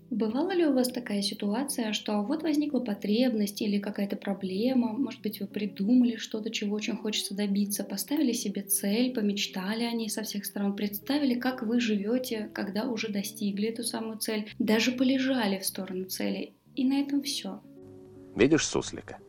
Бывала ли у вас такая ситуация, что вот возникла потребность или какая-то проблема, может быть, вы придумали что-то, чего очень хочется добиться, поставили себе цель, помечтали о ней со всех сторон, представили, как вы живете, когда уже достигли эту самую цель, даже полежали в сторону цели, и на этом все. Видишь суслика?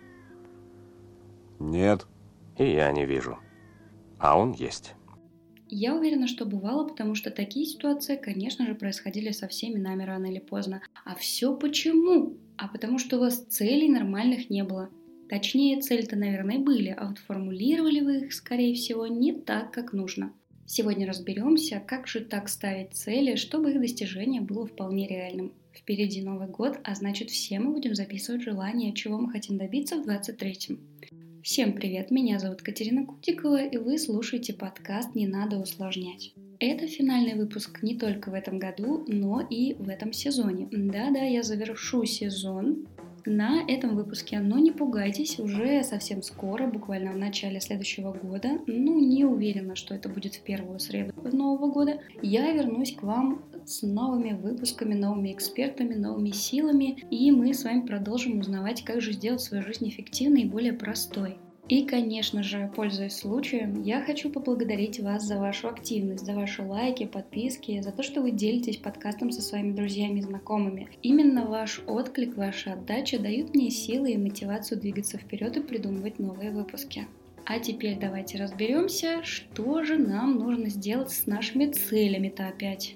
Нет. И я не вижу. А он есть. Я уверена, что бывало, потому что такие ситуации, конечно же, происходили со всеми нами рано или поздно. А все почему? А потому что у вас целей нормальных не было. Точнее, цели-то, наверное, были, а вот формулировали вы их, скорее всего, не так, как нужно. Сегодня разберемся, как же так ставить цели, чтобы их достижение было вполне реальным. Впереди Новый год, а значит все мы будем записывать желания, чего мы хотим добиться в 23-м. Всем привет, меня зовут Катерина Кутикова, и вы слушаете подкаст «Не надо усложнять». Это финальный выпуск не только в этом году, но и в этом сезоне. Да-да, я завершу сезон на этом выпуске, но не пугайтесь, уже совсем скоро, буквально в начале следующего года, не уверена, что это будет в первую среду Нового года, я вернусь к вам с новыми выпусками, новыми экспертами, новыми силами, и мы с вами продолжим узнавать, как же сделать свою жизнь эффективной и более простой. И, конечно же, пользуясь случаем, я хочу поблагодарить вас за вашу активность, за ваши лайки, подписки, за то, что вы делитесь подкастом со своими друзьями и знакомыми. Именно ваш отклик, ваша отдача дают мне силы и мотивацию двигаться вперед и придумывать новые выпуски. А теперь давайте разберемся, что же нам нужно сделать с нашими целями-то опять.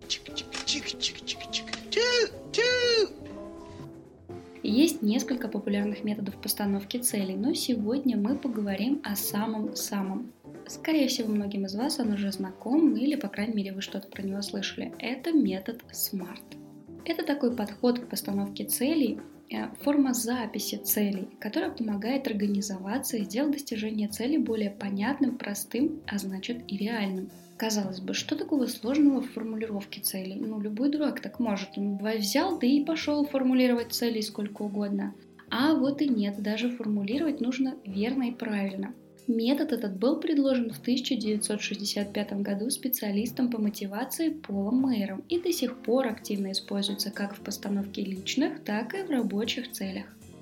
Есть несколько популярных методов постановки целей, но сегодня мы поговорим о самом-самом. Скорее всего, многим из вас он уже знаком, или, по крайней мере, вы что-то про него слышали. Это метод SMART. Это такой подход к постановке целей, форма записи целей, которая помогает организоваться и сделать достижение цели более понятным, простым, а значит и реальным. Казалось бы, что такого сложного в формулировке целей? Любой дурак так может. Он взял, да и пошел формулировать цели сколько угодно. А вот и нет, даже формулировать нужно верно и правильно. Метод этот был предложен в 1965 году специалистом по мотивации Полом Мейером и до сих пор активно используется как в постановке личных, так и в рабочих целях.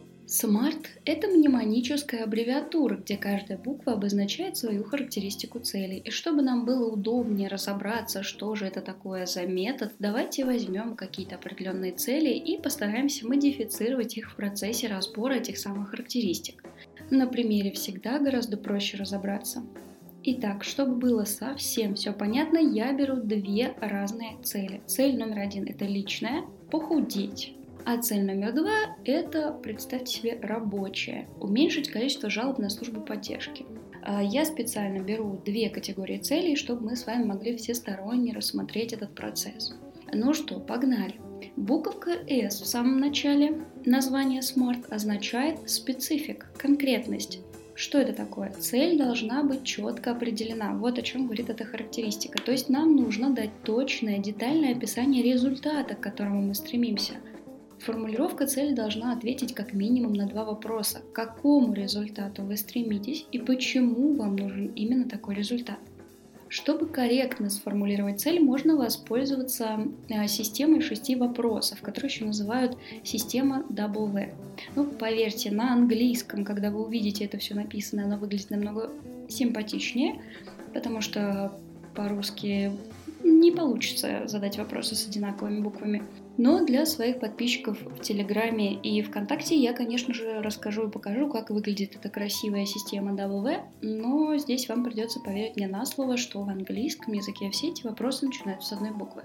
SMART – это мнемоническая аббревиатура, где каждая буква обозначает свою характеристику целей. И чтобы нам было удобнее разобраться, что же это такое за метод, давайте возьмем какие-то определенные цели и постараемся модифицировать их в процессе разбора этих самых характеристик. На примере всегда гораздо проще разобраться. Итак, чтобы было совсем все понятно, я беру две разные цели. Цель номер 1 – это личная – похудеть. А цель номер 2 – это, представьте себе, рабочая – уменьшить количество жалоб на службу поддержки. Я специально беру две категории целей, чтобы мы с вами могли всесторонне рассмотреть этот процесс. Ну что, погнали. Буковка S в самом начале названия SMART означает specific, конкретность. Что это такое? Цель должна быть четко определена. Вот о чем говорит эта характеристика. То есть нам нужно дать точное, детальное описание результата, к которому мы стремимся. Формулировка цели должна ответить как минимум на два вопроса. К какому результату вы стремитесь и почему вам нужен именно такой результат? Чтобы корректно сформулировать цель, можно воспользоваться системой 6 вопросов, которую еще называют система W. Поверьте, на английском, когда вы увидите это все написано, оно выглядит намного симпатичнее, потому что по-русски не получится задать вопросы с одинаковыми буквами. Но для своих подписчиков в Телеграме и ВКонтакте я, конечно же, расскажу и покажу, как выглядит эта красивая система W, но здесь вам придется поверить мне на слово, что в английском языке все эти вопросы начинаются с одной буквы.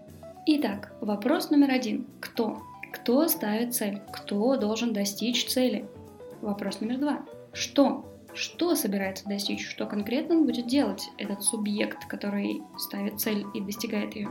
Итак, вопрос номер 1. Кто? Кто ставит цель? Кто должен достичь цели? Вопрос номер 2. Что? Что собирается достичь? Что конкретно он будет делать, этот субъект, который ставит цель и достигает ее?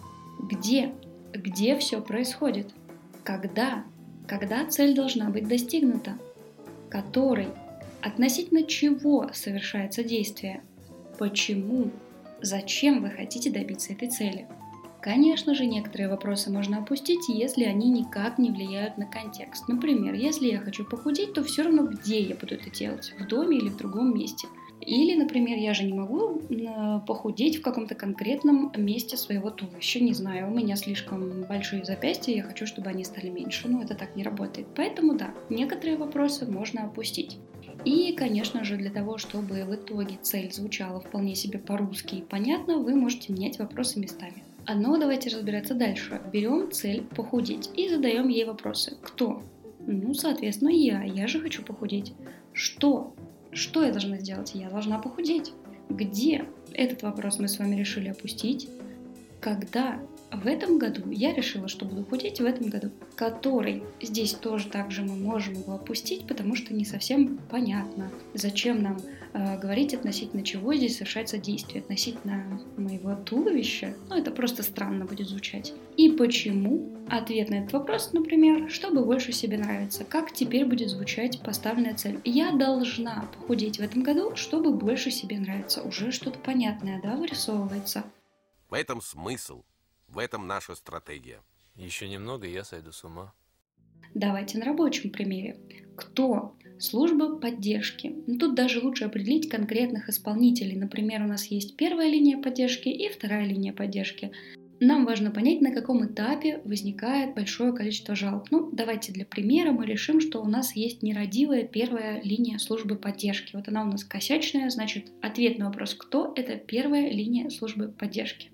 Где? Где все происходит? Когда? Когда цель должна быть достигнута? Который? Относительно чего совершается действие? Почему? Зачем вы хотите добиться этой цели? Конечно же, некоторые вопросы можно опустить, если они никак не влияют на контекст. Например, если я хочу похудеть, то все равно где я буду это делать? В доме или в другом месте? Или, например, я же не могу похудеть в каком-то конкретном месте своего туловища. Не знаю, у меня слишком большие запястья, я хочу, чтобы они стали меньше. Но это так не работает. Поэтому да, некоторые вопросы можно опустить. И, конечно же, для того, чтобы в итоге цель звучала вполне себе по-русски и понятно, вы можете менять вопросы местами. Но давайте разбираться дальше. Берем цель похудеть и задаем ей вопросы. Кто? Соответственно, я же хочу похудеть. Что? Что я должна сделать? Я должна похудеть. Где? Этот вопрос мы с вами решили опустить. Когда? В этом году я решила, что буду худеть в этом году. Который? Здесь тоже также мы можем его опустить, потому что не совсем понятно, зачем нам говорить относительно чего здесь совершается действие. Относительно моего туловища? Это просто странно будет звучать. И почему? Ответ на этот вопрос, например, чтобы больше себе нравиться. Как теперь будет звучать поставленная цель? Я должна похудеть в этом году, чтобы больше себе нравиться. Уже что-то понятное, да, вырисовывается? В этом смысл. В этом наша стратегия. Еще немного, и я сойду с ума. Давайте на рабочем примере. Кто? Служба поддержки. Тут даже лучше определить конкретных исполнителей. Например, у нас есть первая линия поддержки и вторая линия поддержки. Нам важно понять, на каком этапе возникает большое количество жалоб. Давайте для примера мы решим, что у нас есть нерадивая первая линия службы поддержки. Вот она у нас косячная, значит, ответ на вопрос «кто?» – это первая линия службы поддержки.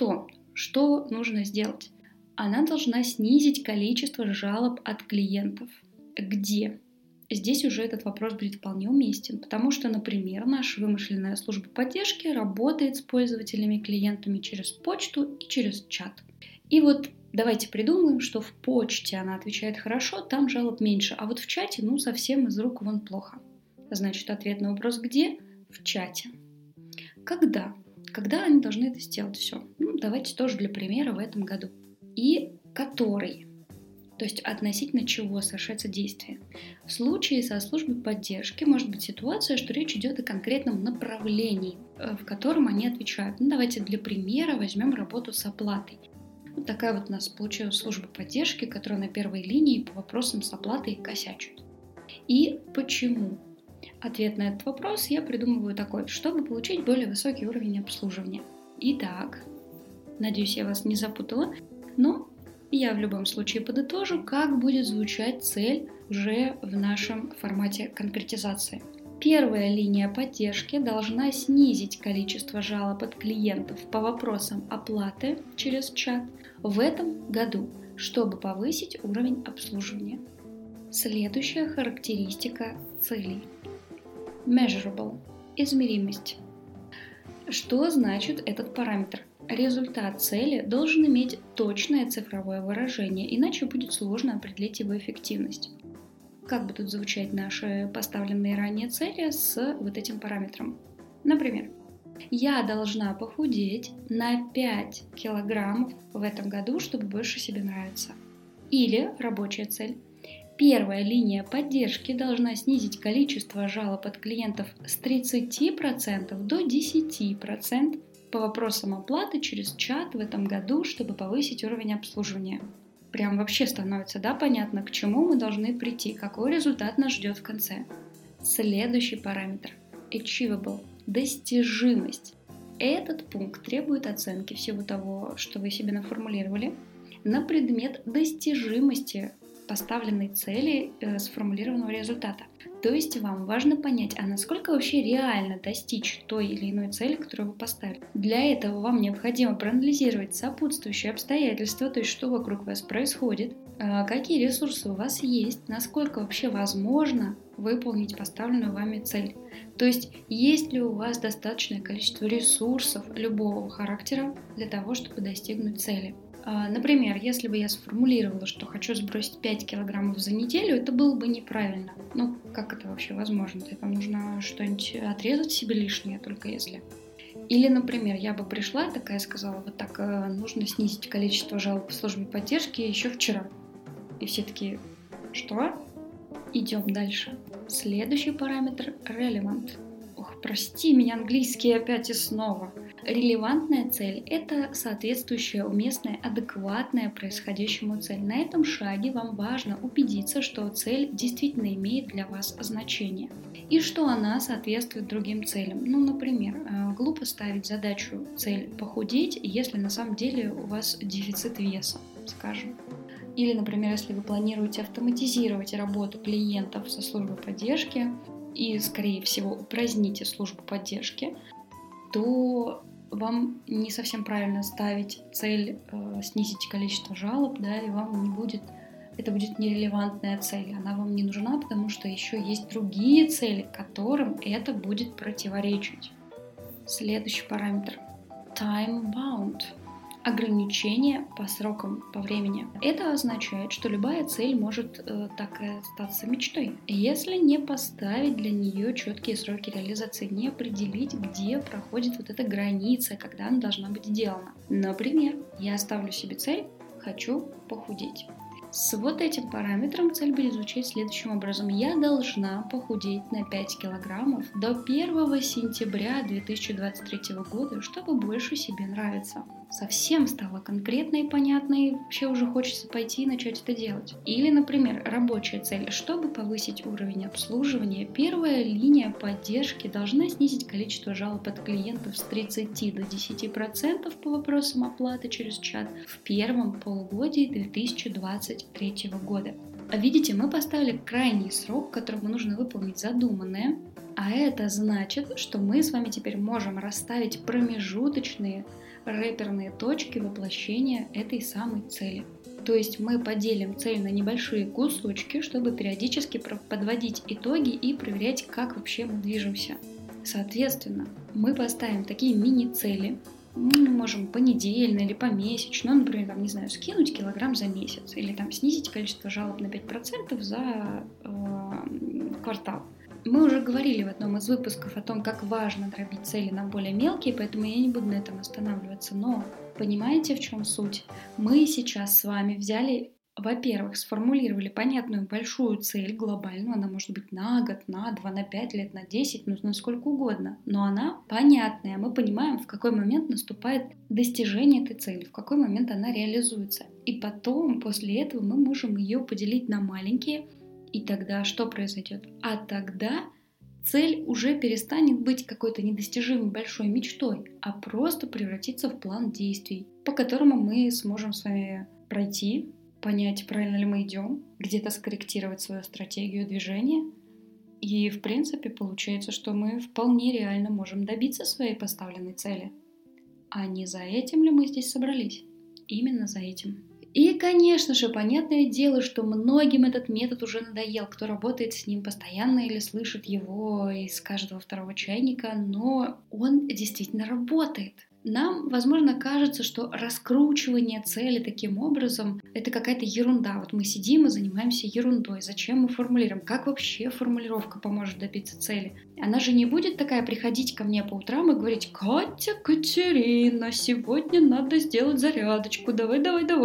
Что нужно сделать? Она должна снизить количество жалоб от клиентов. Где? Здесь уже этот вопрос будет вполне уместен, потому что, например, наша вымышленная служба поддержки работает с пользователями, клиентами через почту и через чат. И вот давайте придумаем, что в почте она отвечает хорошо, там жалоб меньше, а вот в чате, совсем из рук вон плохо. Значит, ответ на вопрос «где?» в чате. Когда? Когда они должны это сделать все? Давайте тоже для примера в этом году. И который? То есть относительно чего совершается действие. В случае со службой поддержки может быть ситуация, что речь идет о конкретном направлении, в котором они отвечают. Давайте для примера возьмем работу с оплатой. Такая вот у нас получилась служба поддержки, которая на первой линии по вопросам с оплатой косячит. И почему? Ответ на этот вопрос я придумываю такой, чтобы получить более высокий уровень обслуживания. Итак, надеюсь, я вас не запутала, но я в любом случае подытожу, как будет звучать цель уже в нашем формате конкретизации. Первая линия поддержки должна снизить количество жалоб от клиентов по вопросам оплаты через чат в этом году, чтобы повысить уровень обслуживания. Следующая характеристика целей. Measurable – измеримость. Что значит этот параметр? Результат цели должен иметь точное цифровое выражение, иначе будет сложно определить его эффективность. Как будут звучать наши поставленные ранее цели с вот этим параметром? Например, я должна похудеть на 5 килограммов в этом году, чтобы больше себе нравиться. Или рабочая цель. Первая линия поддержки должна снизить количество жалоб от клиентов с 30% до 10% по вопросам оплаты через чат в этом году, чтобы повысить уровень обслуживания. Прям вообще становится, понятно, к чему мы должны прийти, какой результат нас ждет в конце. Следующий параметр – achievable – достижимость. Этот пункт требует оценки всего того, что вы себе наформулировали, на предмет достижимости поставленной цели, сформулированного результата. То есть вам важно понять, а насколько вообще реально достичь той или иной цели, которую вы поставили. Для этого вам необходимо проанализировать сопутствующие обстоятельства, то есть что вокруг вас происходит, какие ресурсы у вас есть, насколько вообще возможно выполнить поставленную вами цель. То есть ли у вас достаточное количество ресурсов любого характера для того, чтобы достигнуть цели. Например, если бы я сформулировала, что хочу сбросить 5 килограммов за неделю, это было бы неправильно. Как это вообще возможно? Вам нужно что-нибудь отрезать себе лишнее, только если. Или, например, я бы пришла такая сказала, вот так, нужно снизить количество жалоб в службе поддержки еще вчера. И все такие, что? Идем дальше. Следующий параметр – relevant. Ох, прости меня, английский опять и снова. Релевантная цель – это соответствующая, уместная, адекватная происходящему цель. На этом шаге вам важно убедиться, что цель действительно имеет для вас значение и что она соответствует другим целям. Например, глупо ставить задачу, цель похудеть, если на самом деле у вас дефицит веса, скажем. Или, например, если вы планируете автоматизировать работу клиентов со службой поддержки и, скорее всего, упраздните службу поддержки, то вам не совсем правильно ставить цель снизить количество жалоб, и вам не будет, это будет нерелевантная цель. Она вам не нужна, потому что еще есть другие цели, которым это будет противоречить. Следующий параметр – time bound. Ограничение по срокам, по времени. Это означает, что любая цель может так и остаться мечтой, если не поставить для нее четкие сроки реализации, не определить, где проходит вот эта граница, когда она должна быть сделана. Например, я ставлю себе цель «хочу похудеть». С вот этим параметром цель будет звучать следующим образом. Я должна похудеть на 5 килограммов до 1 сентября 2023 года, чтобы больше себе нравиться. Совсем стало конкретно и понятно, и вообще уже хочется пойти и начать это делать. Или, например, рабочая цель. Чтобы повысить уровень обслуживания, первая линия поддержки должна снизить количество жалоб от клиентов с 30 до 10% по вопросам оплаты через чат в первом полугодии 2023 года. Видите, мы поставили крайний срок, к которому нужно выполнить задуманное, а это значит, что мы с вами теперь можем расставить промежуточные реперные точки воплощения этой самой цели. То есть мы поделим цель на небольшие кусочки, чтобы периодически подводить итоги и проверять, как вообще мы движемся. Соответственно, мы поставим такие мини-цели. Мы можем понедельно или помесячно, например, скинуть килограмм за месяц или снизить количество жалоб на 5% за квартал. Мы уже говорили в одном из выпусков о том, как важно дробить цели на более мелкие, поэтому я не буду на этом останавливаться. Но понимаете, в чем суть? Мы сейчас с вами взяли, во-первых, сформулировали понятную большую цель глобальную, она может быть на год, на 2, на 5 лет, на 10, на сколько угодно, но она понятная, мы понимаем, в какой момент наступает достижение этой цели, в какой момент она реализуется. И потом, после этого, мы можем ее поделить на маленькие. И тогда что произойдет? А тогда цель уже перестанет быть какой-то недостижимой большой мечтой, а просто превратится в план действий, по которому мы сможем с вами пройти, понять, правильно ли мы идем, где-то скорректировать свою стратегию движения. И, в принципе, получается, что мы вполне реально можем добиться своей поставленной цели. А не за этим ли мы здесь собрались? Именно за этим. И, конечно же, понятное дело, что многим этот метод уже надоел, кто работает с ним постоянно или слышит его из каждого второго чайника, но он действительно работает. Нам, возможно, кажется, что раскручивание цели таким образом – это какая-то ерунда. Вот мы сидим и занимаемся ерундой. Зачем мы формулируем? Как вообще формулировка поможет добиться цели? Она же не будет такая приходить ко мне по утрам и говорить: «Катя, Катерина, сегодня надо сделать зарядочку, давай».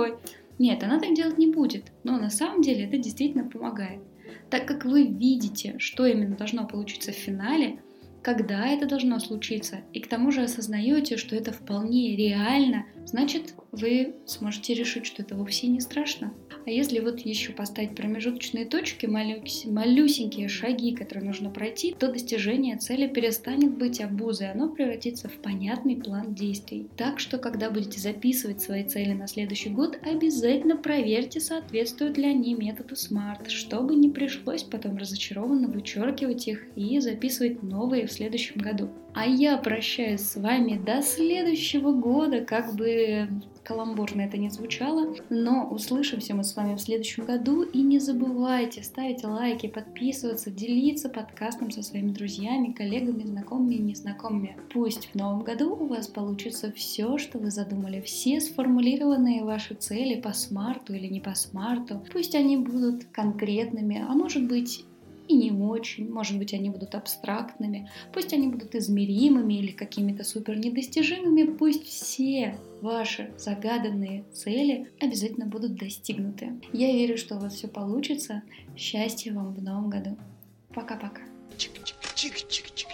Нет, она так делать не будет. Но на самом деле это действительно помогает. Так как вы видите, что именно должно получиться в финале, когда это должно случиться, и к тому же осознаете, что это вполне реально, значит, вы сможете решить, что это вовсе не страшно. А если вот еще поставить промежуточные точки, малюсенькие шаги, которые нужно пройти, то достижение цели перестанет быть обузой, оно превратится в понятный план действий. Так что, когда будете записывать свои цели на следующий год, обязательно проверьте, соответствуют ли они методу SMART, чтобы не пришлось потом разочарованно вычеркивать их и записывать новые в следующем году. А я прощаюсь с вами до следующего года, как бы каламбурно это не звучало, но услышимся мы с вами в следующем году, и не забывайте ставить лайки, подписываться, делиться подкастом со своими друзьями, коллегами, знакомыми и незнакомыми. Пусть в новом году у вас получится все, что вы задумали, все сформулированные ваши цели по смарту или не по смарту, пусть они будут конкретными, а может быть и не очень, может быть, они будут абстрактными, пусть они будут измеримыми или какими-то супер недостижимыми, пусть все ваши загаданные цели обязательно будут достигнуты. Я верю, что у вас все получится. Счастья вам в новом году. Пока-пока.